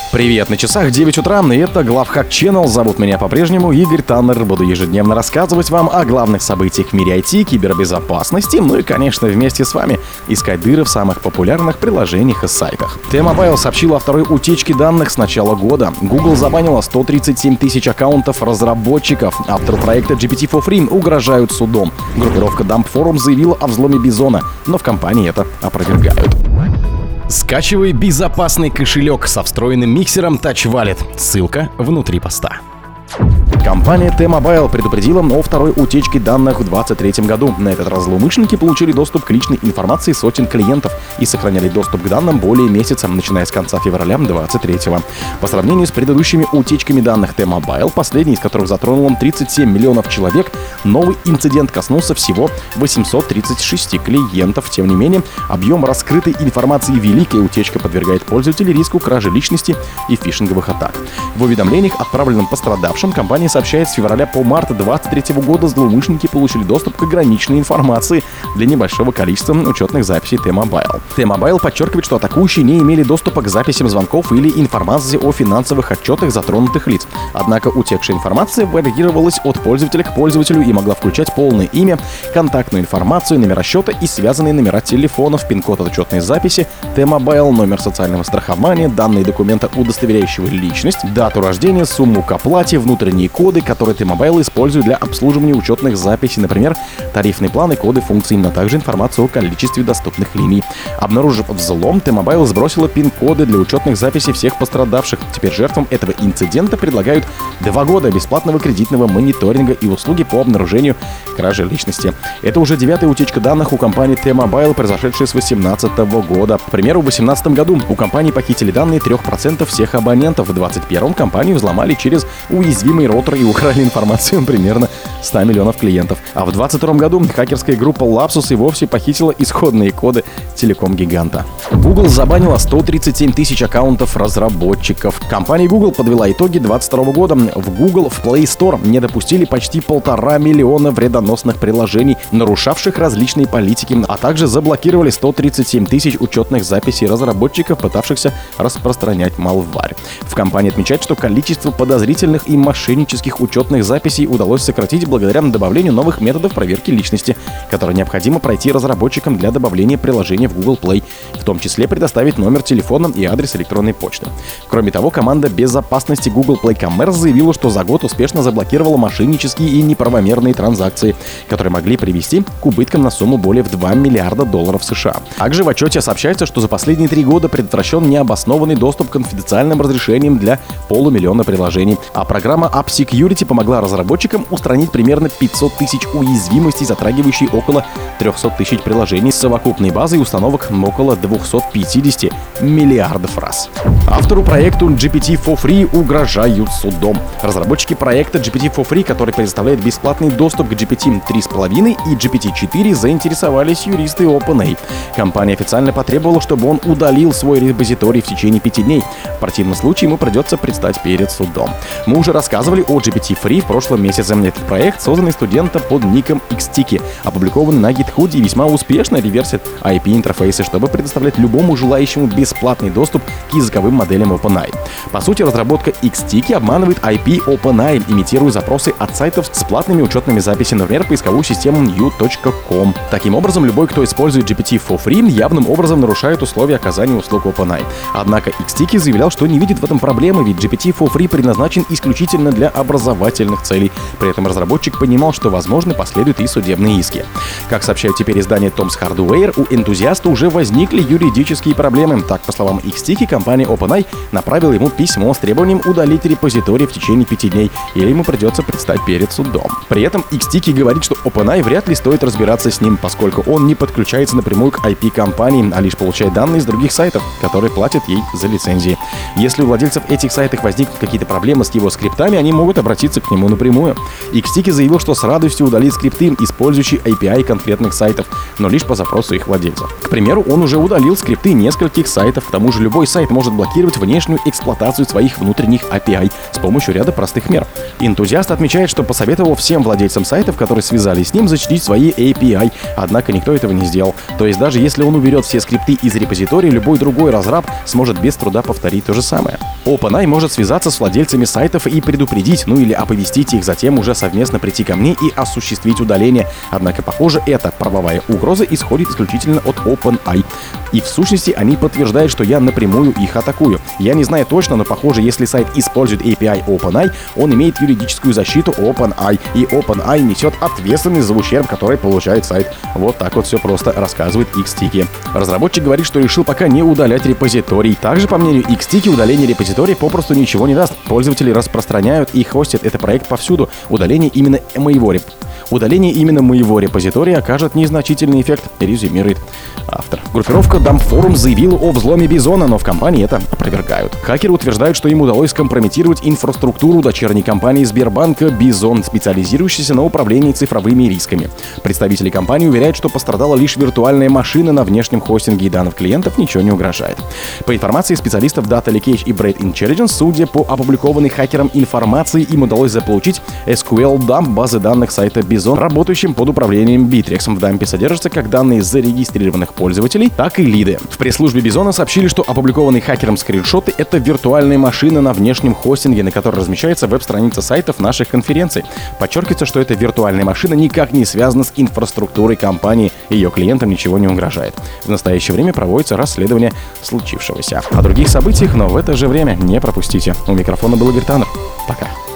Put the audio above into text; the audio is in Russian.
Привет, на часах 9 утра, и это Главхак Channel. Зовут меня по-прежнему Игорь Таннер. Буду ежедневно рассказывать вам о главных событиях в мире IT, кибербезопасности, ну и, конечно, вместе с вами искать дыры в самых популярных приложениях и сайтах. T-Mobile сообщила о второй утечке данных с начала года. Google забанила 137 тысяч аккаунтов разработчиков. Автору проекта GPT-4 угрожают судом. Группировка Dump Forum заявила о взломе Бизона, но в компании это опровергают. Скачивай безопасный кошелек со встроенным миксером Touch Wallet. Ссылка внутри поста. Компания T-Mobile предупредила о второй утечке данных в 2023 году. На этот раз злоумышленники получили доступ к личной информации сотен клиентов и сохраняли доступ к данным более месяца, начиная с конца февраля 2023. По сравнению с предыдущими утечками данных T-Mobile, последний из которых затронул 37 миллионов человек, новый инцидент коснулся всего 836 клиентов. Тем не менее, объем раскрытой информации велик, и утечка подвергает пользователей риску кражи личности и фишинговых атак. В уведомлениях, отправленном пострадавшим, компания сообщает, с февраля по март 2023 года злоумышленники получили доступ к ограниченной информации для небольшого количества учетных записей T-Mobile. T-Mobile подчеркивает, что атакующие не имели доступа к записям звонков или информации о финансовых отчетах затронутых лиц. Однако утекшая информация варьировалась от пользователя к пользователю и могла включать полное имя, контактную информацию, номера счета и связанные номера телефонов, пин-код от учетной записи T-Mobile, номер социального страхования, данные документа, удостоверяющего личность, дату рождения, сумму к оплате, внутренние коды, которые T-Mobile использует для обслуживания учетных записей, например, тарифный план и коды функций, а также информацию о количестве доступных линий. Обнаружив взлом, T-Mobile сбросила пин-коды для учетных записей всех пострадавших. Теперь жертвам этого инцидента предлагают 2 года бесплатного кредитного мониторинга и услуги по обнаружению кражи личности. Это уже 9-я утечка данных у компании T-Mobile, произошедшая с 2018 года. К примеру, в 2018 году у компании похитили данные 3% всех абонентов. В 2021 компанию взломали через уязвимый роутер и украли информацию примерно 100 миллионов клиентов. А в 2022 году хакерская группа Lapsus и вовсе похитила исходные коды телеком-гиганта. Google забанила 137 тысяч аккаунтов разработчиков. Компания Google подвела итоги 2022 года. В Google в Play Store не допустили почти 1,5 миллиона вредоносных приложений, нарушавших различные политики, а также заблокировали 137 тысяч учетных записей разработчиков, пытавшихся распространять малварь. В компании отмечают, что количество подозрительных и мошеннических учетных записей удалось сократить благодаря добавлению новых методов проверки личности, которые необходимо пройти разработчикам для добавления приложения в Google Play, в том числе предоставить номер телефона и адрес электронной почты. Кроме того, команда безопасности Google Play Commerce заявила, что за год успешно заблокировала мошеннические и неправомерные транзакции, которые могли привести к убыткам на сумму более в $2 миллиарда США. Также в отчете сообщается, что за последние 3 года предотвращен необоснованный доступ к конфиденциальным разрешениям для полумиллиона приложений, а программа App Security помогла разработчикам устранить примерно 500 тысяч уязвимостей, затрагивающих около 300 тысяч приложений с совокупной базой установок около 250 миллиардов раз. Автору проекта GPT-4 угрожают судом. Разработчики проекта GPT-4, который предоставляет бесплатный доступ к GPT-3.5 и GPT-4, заинтересовались юристы OpenAI. Компания официально потребовала, чтобы он удалил свой репозиторий в течение 5 дней. В противном случае ему придется предстать перед судом. Мы уже рассказывали о GPT-3 в прошлом месяце. Этот проект, созданный студентом под ником Xtiki, опубликован на GitHub и весьма успешно реверсит IP-интерфейсы, чтобы предоставлять любому желающему бесплатный доступ к языковым моделям OpenAI. По сути, разработка Xtiki обманывает IP OpenAI, имитируя запросы от сайтов с платными учетными записями, например, поисковую систему new.com. Таким образом, любой, кто использует GPT-4, явным образом нарушает условия оказания услуг OpenAI. Однако Xtiki заявлял, что не видит в этом проблемы, ведь GPT-4 предназначен исключительно для образовательных целей. При этом разработчик понимал, что, возможно, последуют и судебные иски. Как сообщают теперь издание Tom's Hardware, у энтузиаста уже возникли юридические проблемы. Так, по словам Xtiki, компания OpenAI направила ему письмо с требованием удалить репозиторий в течение 5 дней, или ему придется предстать перед судом. При этом Xtiki говорит, что OpenAI вряд ли стоит разбираться с ним, поскольку он не подключается напрямую к IP-компании, а лишь получает данные из других сайтов, которые платят ей за лицензии. Если у владельцев этих сайтов возникнут какие-то проблемы с его скриптами, они могут обратиться к нему напрямую. Xtiki Икстики заявил, что с радостью удалит скрипты, использующие API конкретных сайтов, но лишь по запросу их владельцев. К примеру, он уже удалил скрипты нескольких сайтов. К тому же любой сайт может блокировать внешнюю эксплуатацию своих внутренних API с помощью ряда простых мер. Энтузиаст отмечает, что посоветовал всем владельцам сайтов, которые связались с ним, зачтить свои API, однако никто этого не сделал. То есть даже если он уберет все скрипты из репозитория, любой другой разраб сможет без труда повторить то же самое. OpenAI может связаться с владельцами сайтов и предупредить, или оповестить их, затем уже совместно прийти ко мне и осуществить удаление. Однако, похоже, эта правовая угроза исходит исключительно от OpenAI. И в сущности они подтверждают, что я напрямую их атакую. Я не знаю точно, но похоже, если сайт использует API OpenAI, он имеет юридическую защиту OpenAI, и OpenAI несет ответственность за ущерб, который получает сайт. Вот так вот все просто рассказывает Икстики. Разработчик говорит, что решил пока не удалять репозиторий. Также, по мнению Икстики, удаление репозитория попросту ничего не даст. Пользователи распространяют и хостят этот проект повсюду. Удаление именно моего репозитория окажет незначительный эффект, резюмирует автор. Группировка Dampforum заявила о взломе Бизона, но в компании это опровергают. Хакеры утверждают, что им удалось скомпрометировать инфраструктуру дочерней компании Сбербанка Бизон, специализирующейся на управлении цифровыми рисками. Представители компании уверяют, что пострадала лишь виртуальная машина на внешнем хостинге, и данных клиентов ничего не угрожает. По информации специалистов Data Leakage и Bread Intelligence, судя по опубликованной хакерам информации, им удалось заполучить SQL-дамп базы данных сайта Bison, работающим под управлением Bittrex. В дампе содержатся как данные зарегистрированных пользователей, так и лиды. В пресс-службе Бизона сообщили, что опубликованные хакером скриншоты — это виртуальная машина на внешнем хостинге, на которой размещается веб-страница сайтов наших конференций. Подчеркивается, что эта виртуальная машина никак не связана с инфраструктурой компании, ее клиентам ничего не угрожает. В настоящее время проводится расследование случившегося. О других событиях, но в это же время не пропустите. У микрофона был Игорь Таннер. Пока.